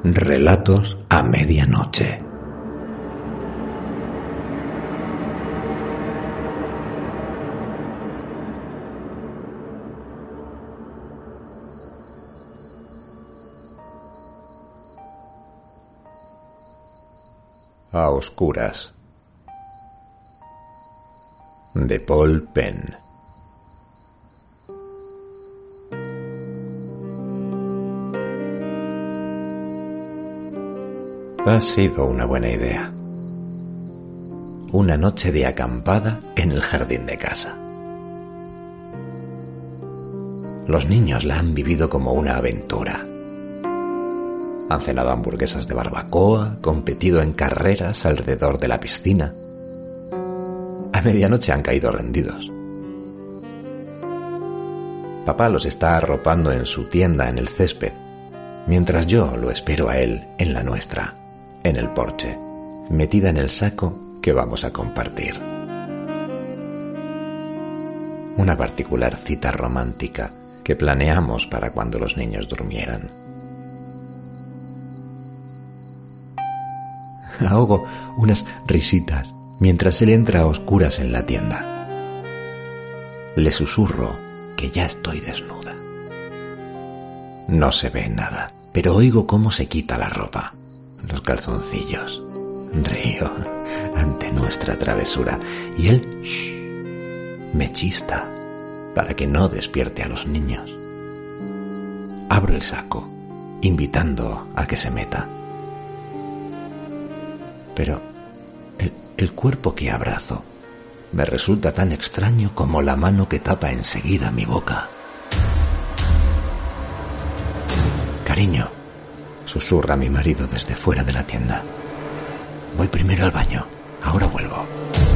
Relatos a medianoche. A oscuras. De Paul Penn. Ha sido una buena idea. Una noche de acampada en el jardín de casa. Los niños la han vivido como una aventura. Han cenado hamburguesas de barbacoa, competido en carreras alrededor de la piscina. A medianoche han caído rendidos. Papá los está arropando en su tienda en el césped, mientras yo lo espero a él en la nuestra, en el porche, metida en el saco que vamos a compartir. Una particular cita romántica que planeamos para cuando los niños durmieran. Ahogo unas risitas mientras él entra a oscuras en la tienda. Le susurro que ya estoy desnuda. No se ve nada, pero oigo cómo se quita la ropa, los calzoncillos. Río ante nuestra travesura y él me chista para que no despierte a los niños. Abro el saco, invitando a que se meta. Pero el cuerpo que abrazo me resulta tan extraño como la mano que tapa enseguida mi boca. Cariño, susurra mi marido desde fuera de la tienda. Voy primero al baño, ahora vuelvo.